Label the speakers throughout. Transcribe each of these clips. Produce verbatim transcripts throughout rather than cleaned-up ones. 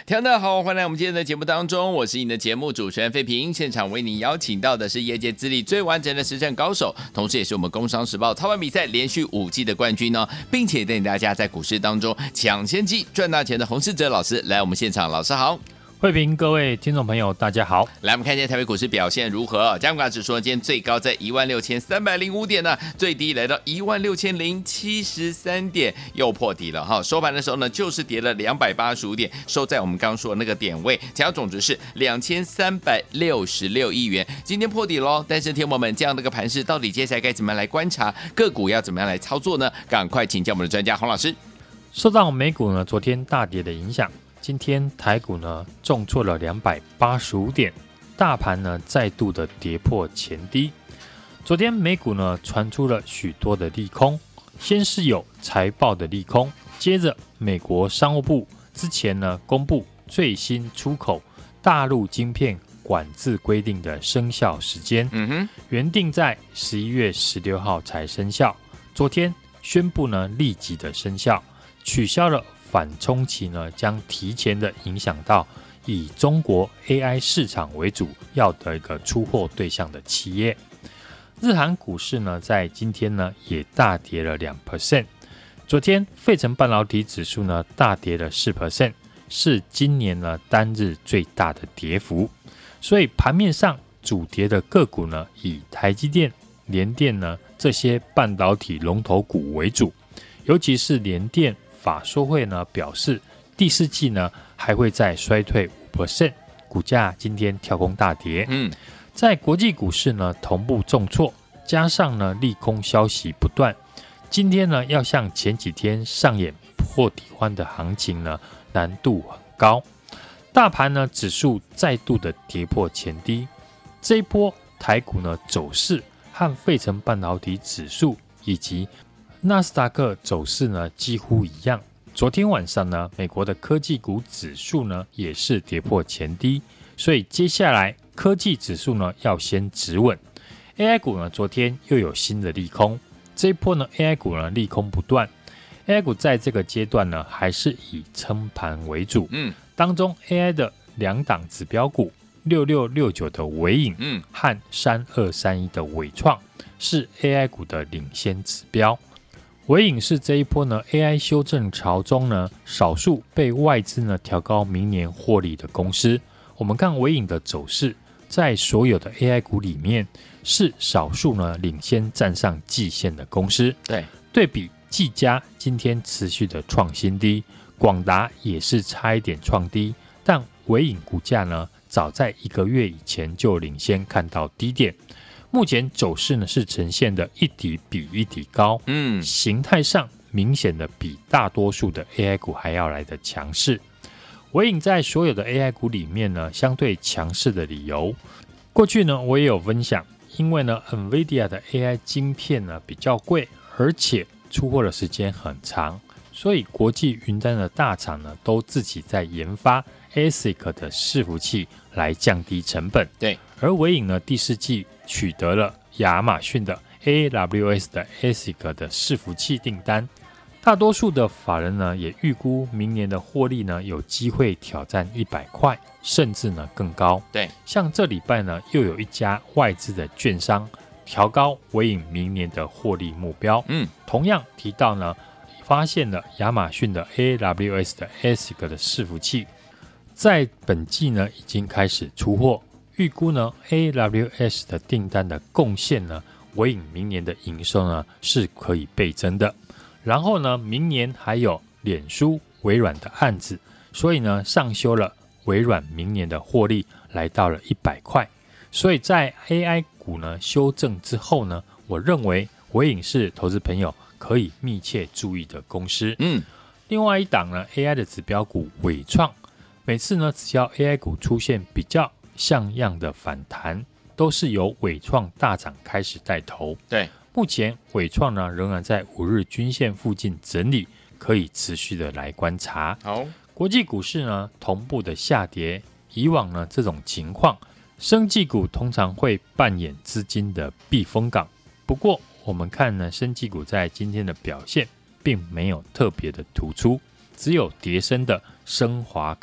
Speaker 1: 听众好，欢迎来我们今天的节目当中，我是你的节目主持人费平。现场为你邀请到的是业界资历最完整的实战高手，同时也是我们工商时报操盘比赛连续五季的冠军哦，并且带领大家在股市当中抢先机赚大钱的洪士哲老师来我们现场。老师好。
Speaker 2: 慧平，各位听众朋友，大家好。
Speaker 1: 来，我们看一下台北股市表现如何？加权指数今天最高在一万六千三百零五点呢，最低来到一万六千零七十三点，又破底了哈。收盘的时候呢，就是跌了两百八十五点，收在我们刚刚说的那个点位，成交总值是两千三百六十六亿元。今天破底喽，但是听友们，这样的一个盘势，到底接下来该怎么样来观察个股要怎么样来操作呢？赶快请教我们的专家洪老师。
Speaker 2: 受到美股呢昨天大跌的影响，今天台股呢重挫了两百八十五点，大盘呢再度的跌破前低。昨天美股呢传出了许多的利空，先是有财报的利空，接着美国商务部之前呢公布最新出口大陆晶片管制规定的生效时间，嗯哼，原定在十一月十六号才生效，昨天宣布呢立即的生效，取消了反冲期呢，将提前的影响到以中国 A I 市场为主要的一个出货对象的企业。日韩股市呢，在今天呢也大跌了 百分之二。昨天费城半导体指数呢大跌了 百分之四，是今年呢单日最大的跌幅。所以盘面上主跌的个股呢，以台积电、联电呢这些半导体龙头股为主，尤其是联电。法说会呢表示，第四季呢还会再衰退 百分之五， 股价今天跳空大跌。嗯，在国际股市呢同步重挫，加上呢利空消息不断，今天呢要像前几天上演破底换的行情呢难度很高。大盘呢指数再度的跌破前低，这一波台股呢走势和费城半导体指数以及纳斯达克走势呢几乎一样。昨天晚上呢，美国的科技股指数呢也是跌破前低，所以接下来科技指数呢要先止稳。A I 股呢昨天又有新的利空，这一波呢 A I 股呢利空不断。A I 股在这个阶段呢还是以撑盘为主，嗯，当中 A I 的两档指标股六六六九的伟影，嗯，和三二三一的伟创是 A I 股的领先指标。伟影是这一波呢 A I 修正潮中呢少数被外资呢调高明年获利的公司。我们看伟影的走势，在所有的 A I 股里面是少数呢领先站上季线的公司。对，对比技嘉今天持续的创新低，广达也是差一点创低，但伟影股价呢早在一个月以前就领先看到低点。目前走势呢是呈现的一底比一底高，嗯，形态上明显的比大多数的 A I 股还要来的强势。伟影在所有的 A I 股里面呢，相对强势的理由，过去呢我也有分享，因为呢 NVIDIA 的 A I 晶片呢比较贵，而且出货的时间很长，所以国际云端的大厂呢都自己在研发 A S I C 的伺服器来降低成本。对，而伟影呢第四季取得了亚马逊的 A W S 的 A S I C 的伺服器订单，大多数的法人呢也预估明年的获利呢有机会挑战一百块，甚至呢更高。对，像这礼拜呢又有一家外资的券商调高伟影明年的获利目标。嗯，同样提到呢，发现了亚马逊的 A W S 的 A S I C 的伺服器，在本季呢已经开始出货。预估呢 A W S 的订单的贡献呢，伟影明年的营收呢是可以倍增的。然后呢，明年还有脸书、微软的案子，所以呢上修了微软明年的获利来到了一百块。所以在 A I 股呢修正之后呢，我认为伟影是投资朋友可以密切注意的公司。嗯，另外一档呢 A I 的指标股伟创，每次呢只要 A I 股出现比较像样的反弹，都是由伟创大涨开始带头。对，目前伟创呢仍然在五日均线附近整理，可以持续的来观察。好，国际股市呢同步的下跌，以往呢这种情况，生技股通常会扮演资金的避风港。不过我们看呢，生技股在今天的表现并没有特别的突出，只有跌升的升华科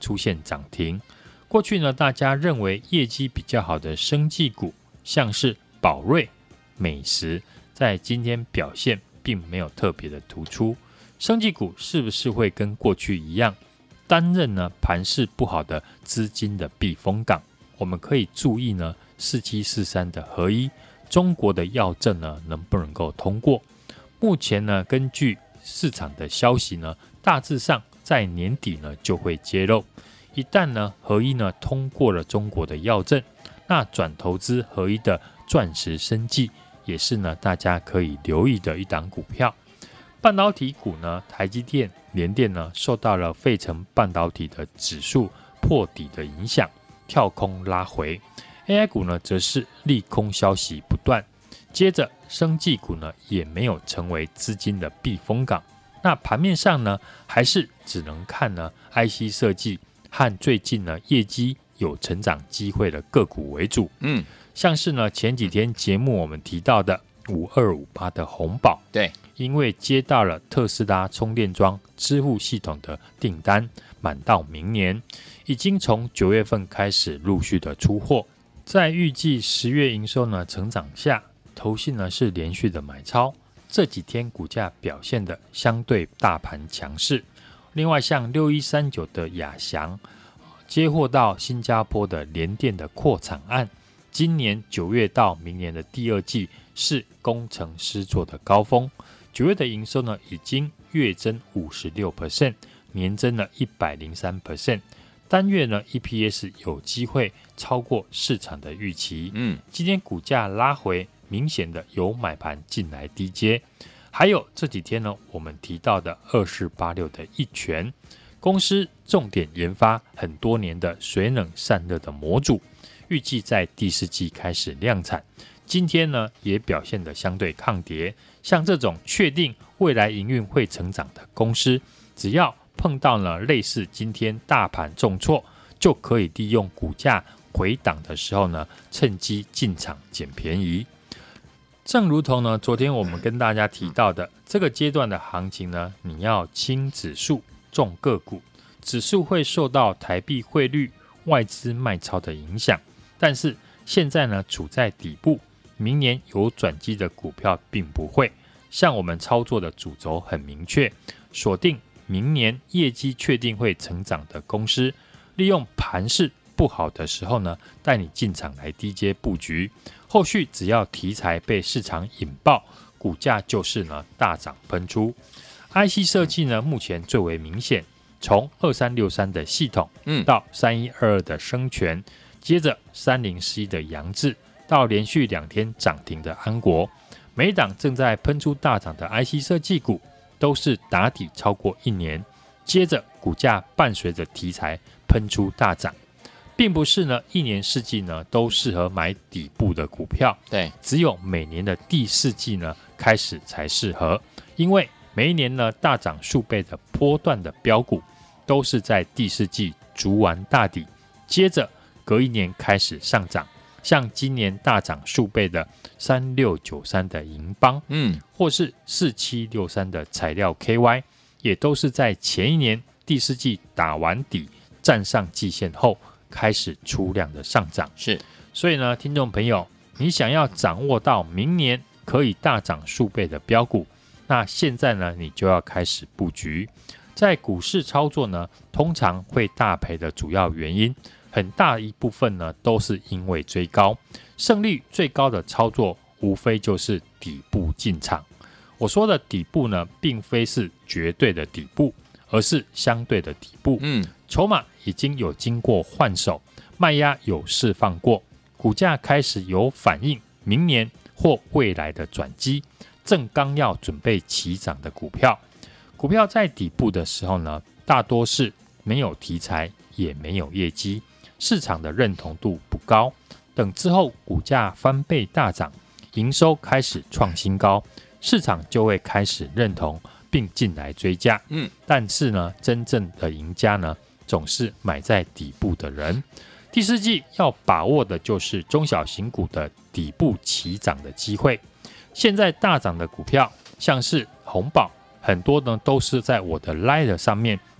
Speaker 2: 出现涨停。过去呢，大家认为业绩比较好的生技股，像是宝瑞、美食，在今天表现并没有特别的突出。生技股是不是会跟过去一样，担任呢盘势不好的资金的避风港？我们可以注意呢四七四三的合一，中国的药证呢能不能够通过？目前呢，根据市场的消息呢，大致上在年底呢就会揭露。一旦呢合一呢通过了中国的药证，那转投资合一的钻石生技也是呢大家可以留意的一档股票。半导体股呢，台积电、联电呢受到了费城半导体的指数破底的影响，跳空拉回。A I 股呢则是利空消息不断，接着生技股呢也没有成为资金的避风港。那盘面上呢，还是只能看呢 I C 设计和最近呢业绩有成长机会的个股为主。嗯，像是呢前几天节目我们提到的五二五八的鸿宝，
Speaker 1: 对，
Speaker 2: 因为接到了特斯拉充电桩支付系统的订单，满到明年，已经从九月份开始陆续的出货。在预计十月营收呢成长下，投信呢是连续的买超，这几天股价表现的相对大盘强势。另外像六一三九的亚翔，接获到新加坡的联电的扩产案，今年九月到明年的第二季是工程师做的高峰，九月的营收呢已经月增 百分之五十六， 年增了 百分之一百零三，单月呢 E P S 有机会超过市场的预期。嗯，今天股价拉回，明显的有买盘进来低接。还有这几天呢，我们提到的二四八六的一拳公司，重点研发很多年的水冷散热的模组，预计在第四季开始量产。今天呢，也表现得相对抗跌。像这种确定未来营运会成长的公司，只要碰到了类似今天大盘重挫，就可以利用股价回档的时候呢，趁机进场捡便宜。正如同呢，昨天我们跟大家提到的，这个阶段的行情呢，你要轻指数重个股，指数会受到台币汇率、外资卖超的影响，但是现在呢处在底部，明年有转机的股票并不会。像我们操作的主轴很明确，锁定明年业绩确定会成长的公司，利用盘势不好的时候呢，带你进场来低阶布局。后续只要题材被市场引爆，股价就是呢大涨喷出。I C 设计呢目前最为明显，从二三六三的系统，嗯，到三一二二的生全，接着三零四一的扬智，到连续两天涨停的安国，每档正在喷出大涨的 I C 设计股，都是打底超过一年，接着股价伴随着题材喷出大涨，并不是呢一年四季呢都适合买底部的股票，
Speaker 1: 对，
Speaker 2: 只有每年的第四季呢开始才适合，因为每一年呢大涨数倍的波段的标股，都是在第四季筑完大底，接着隔一年开始上涨。像今年大涨数倍的三六九三的银邦，嗯，或是四七六三的材料 K Y， 也都是在前一年第四季打完底，站上季线后开始出量的上涨。
Speaker 1: 是，
Speaker 2: 所以呢，听众朋友，你想要掌握到明年可以大涨数倍的标股，那现在呢，你就要开始布局。在股市操作呢，通常会大赔的主要原因，很大一部分呢都是因为追高，胜率最高的操作无非就是底部进场。我说的底部呢，并非是绝对的底部，而是相对的底部。嗯，筹码已经有经过换手，卖压有释放过，股价开始有反映明年或未来的转机，正刚要准备起涨的股票。股票在底部的时候呢，大多是没有题材，也没有业绩，市场的认同度不高。等之后股价翻倍大涨，营收开始创新高，市场就会开始认同并进来追价。嗯，但是呢，真正的赢家呢，总是买在底部的人。第四季要把握的就是中小型股的底部起涨的机会。现在大涨的股票，像是鸿宝，很多呢都是在我的 Line 上面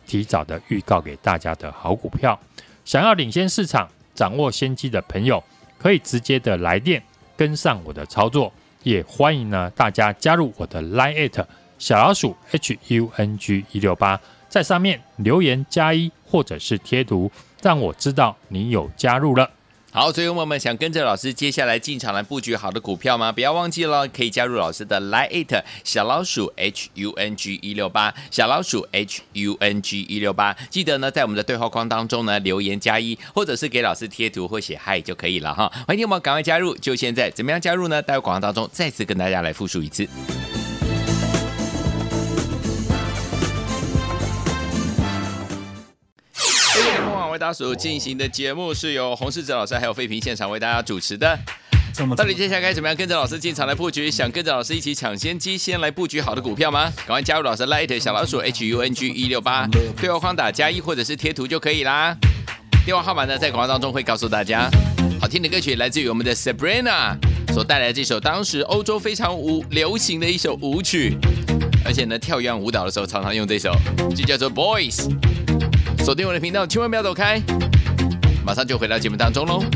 Speaker 2: 提早的预告给大家的好股票。想要领先市场、掌握先机的朋友，可以直接的来电跟上我的操作，也欢迎呢大家加入我的 Line@ 小老鼠 H U N G 一六八，在上面留言加一或者是贴图，让我知道你有加入了。
Speaker 1: 好，所以我们想跟着老师接下来进场来布局好的股票吗？不要忘记了，可以加入老师的 Line@ 小老鼠 H U N G 一六八，小老鼠 H U N G 一六八。记得呢，在我们的对话框当中呢，留言加一，或者是给老师贴图或写嗨就可以了哈。欢迎我们赶快加入，就现在。怎么样加入呢？待会广告当中再次跟大家来复述一次。为大家所进行的节目是由洪世哲老师还有费平现场为大家主持的。到底接下来该怎么样跟着老师进场来布局？想跟着老师一起抢先机，先来布局好的股票吗？赶快加入老师 Line@ 小老鼠 H U N G 一六八，对话框打加一或者是贴图就可以啦。电话号码呢，在广告当中会告诉大家。好听的歌曲来自于我们的 Sabrina 所带来的这首当时欧洲非常舞流行的一首舞曲，而且呢，跳跃舞蹈的时候常常用这首，就叫做 Boys。锁定我的频道，千万不要走开，马上就回到节目当中喽。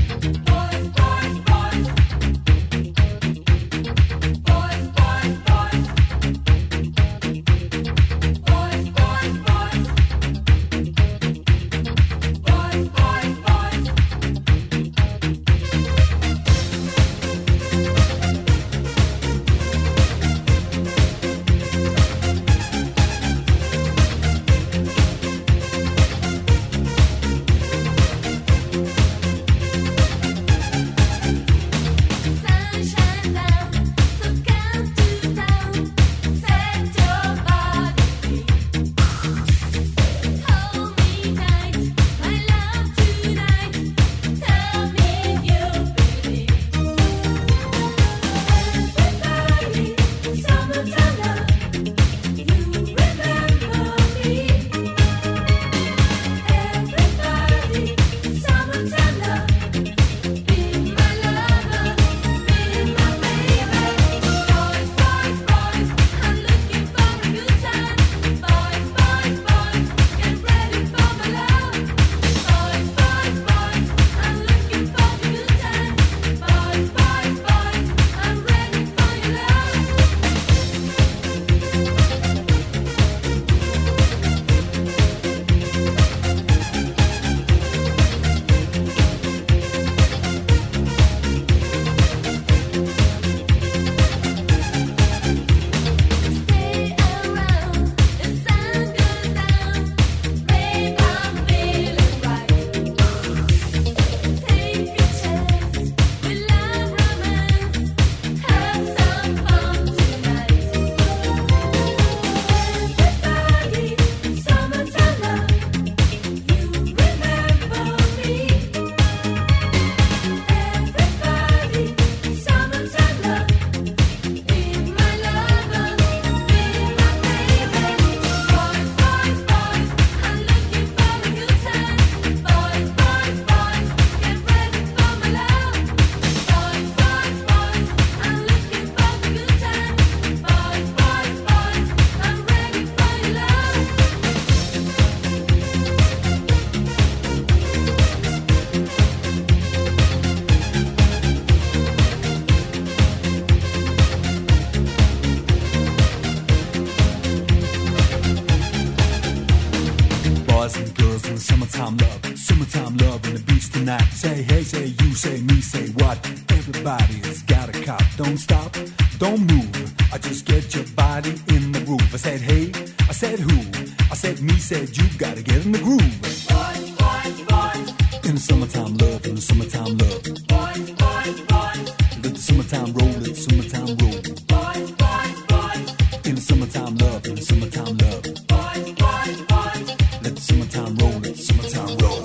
Speaker 3: Say hey, say you, say me, say what? Everybody's got a cop. Don't stop, don't move. I just get your body in the groove. I said hey, I said who? I said me, said you. Gotta get in the groove. Boys, boys, boys. In the summertime love, in the summertime love. Boys, boys, boys. Let the summertime roll, let the summertime roll. Boys, boys, boys. In the summertime love, in the summertime love. Boys, boys, boys. Let the summertime roll, let the summertime roll.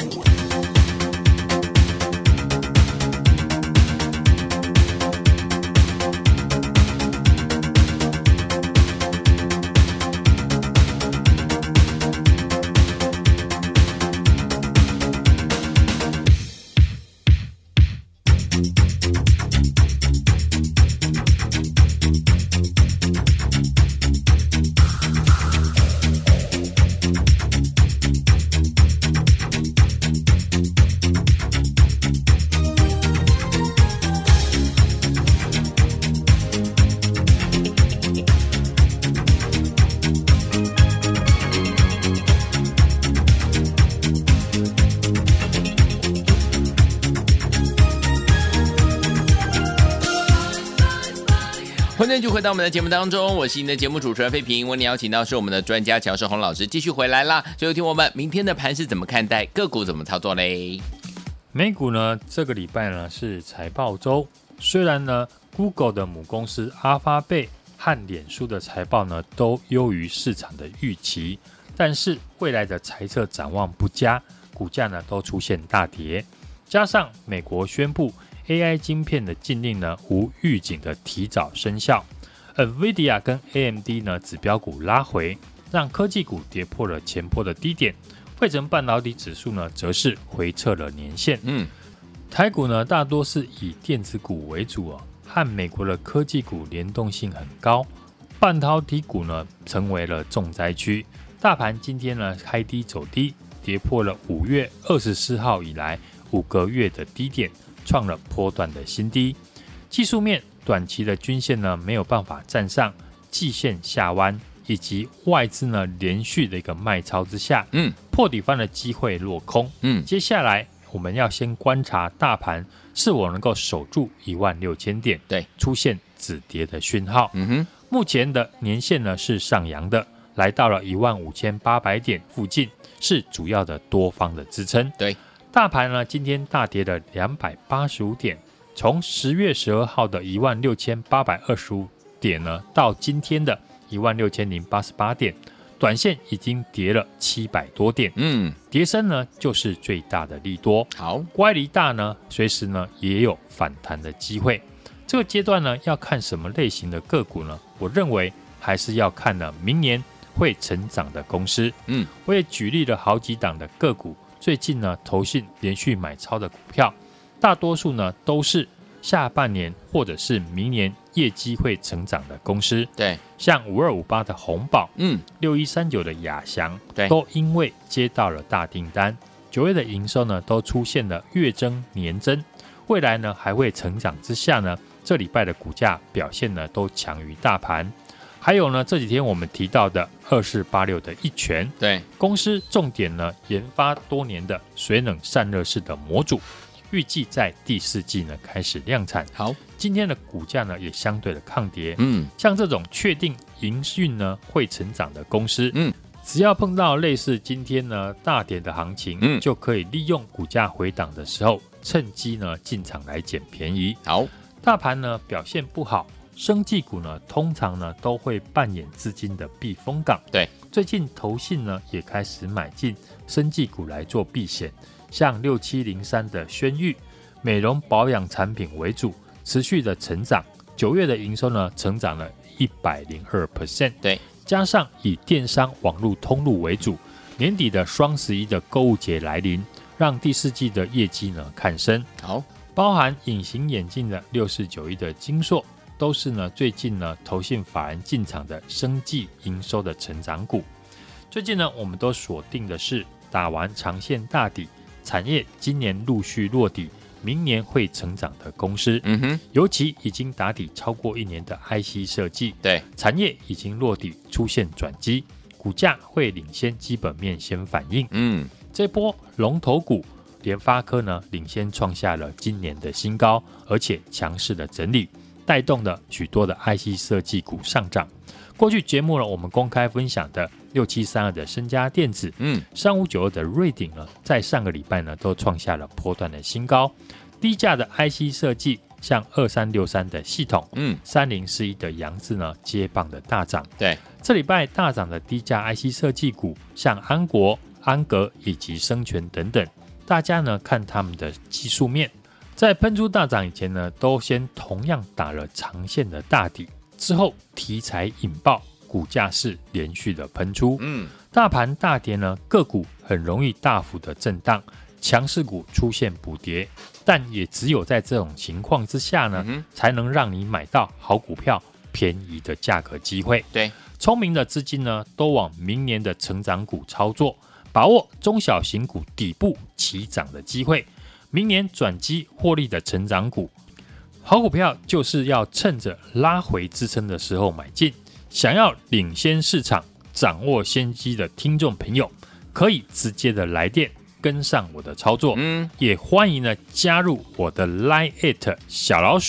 Speaker 1: 欢迎继续回到我们的节目当中，我是您的节目主持人费平。为您邀请到是我们的专家乔世宏老师继续回来啦。所以听我们明天的盘是怎么看待，个股怎么操作嘞？
Speaker 2: 美股呢，这个礼拜呢是财报周，虽然呢 Google 的母公司阿发贝和脸书的财报呢都优于市场的预期，但是未来的财测展望不佳，股价呢都出现大跌。加上美国宣布 A I 晶片的禁令呢无预警的提早生效 ，NVIDIA 跟 A M D 呢指标股拉回，让科技股跌破了前波的低点。汇成半导体指数呢，则是回测了年线。嗯，台股呢大多是以电子股为主哦，和美国的科技股联动性很高，半导体股呢成为了重灾区。大盘今天呢开低走低，跌破了五月二十四号以来五个月的低点，创了波段的新低。技术面，短期的均线呢没有办法站上，季线下弯，以及外资呢连续的一个卖超之下，嗯，破底翻的机会落空。嗯，接下来我们要先观察大盘是否能够守住一万六千点，对，出现止跌的讯号。嗯哼，目前的年线呢是上扬的，来到了一万五千八百点附近，是主要的多方的支撑。对，大盘呢今天大跌了两百八十五点，从十月十二号的一万六千八百二十五点呢，到今天的一万六千零八十八点，短线已经跌了七百多点。嗯，跌升呢就是最大的利多。好，乖离大呢，随时呢也有反弹的机会。这个阶段呢，要看什么类型的个股呢？我认为还是要看呢明年会成长的公司。嗯，我也举例了好几档的个股，最近呢投信连续买超的股票，大多数呢都是下半年或者是明年业绩会成长的公司。对，像五二五八的鸿宝，嗯，六一三九的亚翔，对，都因为接到了大订单，九月的营收呢都出现了月增年增，未来呢还会成长之下呢，这礼拜的股价表现呢都强于大盘。还有呢，这几天我们提到的二四八六的一拳，对，公司重点呢研发多年的水冷散热式的模组，预计在第四季呢开始量产。好，今天的股价呢也相对的抗跌。嗯，像这种确定营运呢会成长的公司，嗯，只要碰到类似今天呢大跌的行情，嗯，就可以利用股价回档的时候，趁机呢进场来捡便宜。好，大盘呢表现不好，生技股呢通常呢都会扮演资金的避风港。对，最近投信呢也开始买进生技股来做避险。像六七零三的轩玉，美容保养产品为主，持续的成长，九月的营收呢成长了 百分之一百零二， 对，加上以电商网络通路为主，年底的双十一的购物节来临，让第四季的业绩呢看升。好，包含隐形眼镜的六四九一的晶硕，都是呢最近呢投信法人进场的生技营收的成长股。最近呢我们都锁定的是打完长线大底，产业今年陆续落底，明年会成长的公司。嗯哼，尤其已经打底超过一年的 I C 设计，对，产业已经落底，出现转机，股价会领先基本面先反应。嗯，这波龙头股联发科呢，领先创下了今年的新高，而且强势的整理，带动了许多的 I C 设计股上涨。过去节目呢，我们公开分享的六七三二的身家电子，嗯，三五九二的瑞鼎呢，在上个礼拜呢都创下了波段的新高。低价的 I C 设计，像二三六三的系统，嗯，三零四一的扬智呢，接棒的大涨。对，这礼拜大涨的低价 I C 设计股，像安国、安格以及生全等等，大家呢看他们的技术面，在喷出大涨以前呢，都先同样打了长线的大底。之后题材引爆，股价是连续的喷出。嗯，大盘大跌呢，个股很容易大幅的震荡，强势股出现补跌，但也只有在这种情况之下呢，嗯、才能让你买到好股票便宜的价格机会。对，聪明的资金呢，都往明年的成长股操作，把握中小型股底部起涨的机会，明年转机获利的成长股。好股票就是要趁着拉回支撑的时候买进，想要领先市场、掌握先机的听众朋友，可以直接的来电跟上我的操作。嗯，也欢迎呢加入我的 Line at 小老鼠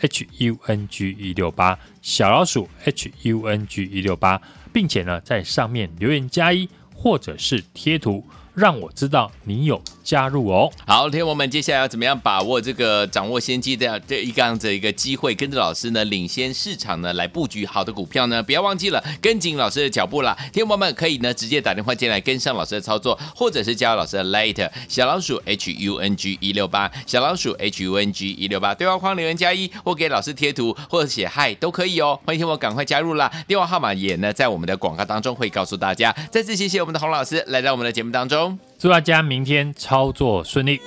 Speaker 2: H U N G 一六八，小老鼠 H U N G 一六八，并且呢在上面留言加一或者是贴图，让我知道你有加入哦。
Speaker 1: 好，听我们接下来要怎么样把握这个掌握先机的这一个样子一个机会，跟着老师呢领先市场呢来布局好的股票呢？不要忘记了跟紧老师的脚步啦。听我们可以呢直接打电话进来跟上老师的操作，或者是加入老师的 Lite 小老鼠 H U N G 一六八，小老鼠 H U N G 一六八，对话框留言加一或给老师贴图或者写嗨都可以哦。欢迎听我赶快加入啦，电话号码也呢在我们的广告当中会告诉大家。再次谢谢我们的洪老师来到我们的节目当中。
Speaker 2: 祝大家明天操作顺利。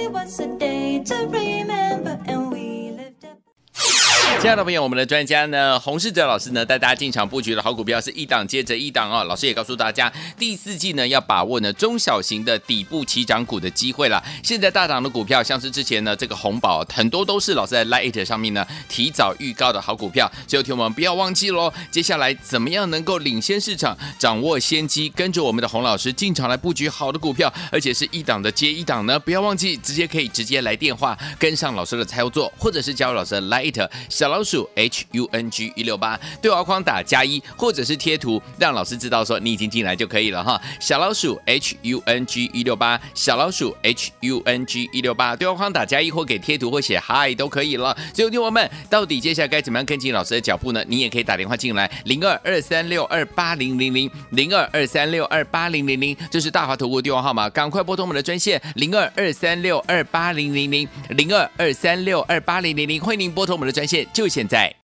Speaker 1: 亲爱的朋友，我们的专家呢，洪士哲老师呢，带大家进场布局的好股票是一档接着一档哦。老师也告诉大家，第四季呢要把握呢中小型的底部起涨股的机会啦。现在大涨的股票，像是之前呢这个红宝，很多都是老师在 Lite 上面呢提早预告的好股票。所以听我们不要忘记喽，接下来怎么样能够领先市场，掌握先机，跟着我们的洪老师进场来布局好的股票，而且是一档的接一档呢？不要忘记，直接可以直接来电话跟上老师的操作，或者是加入老师的 Lite 小老鼠 H U N G 一六八，对话框打加一，或者是贴图，让老师知道说你已经进来就可以了哈。小老鼠 H U N G 一六八，小老鼠 H U N G 一六八，对话框打加一或给贴图或写嗨都可以了。所以听我们到底接下来该怎么样跟进老师的脚步呢？你也可以打电话进来零二二三六二八零零零零二二三六二八零零零，这是大华投顾电话号码，赶快拨通我们的专线零二二三六二八零零零零二二三六二八零零零，欢迎您拨通我们的专线，就现在。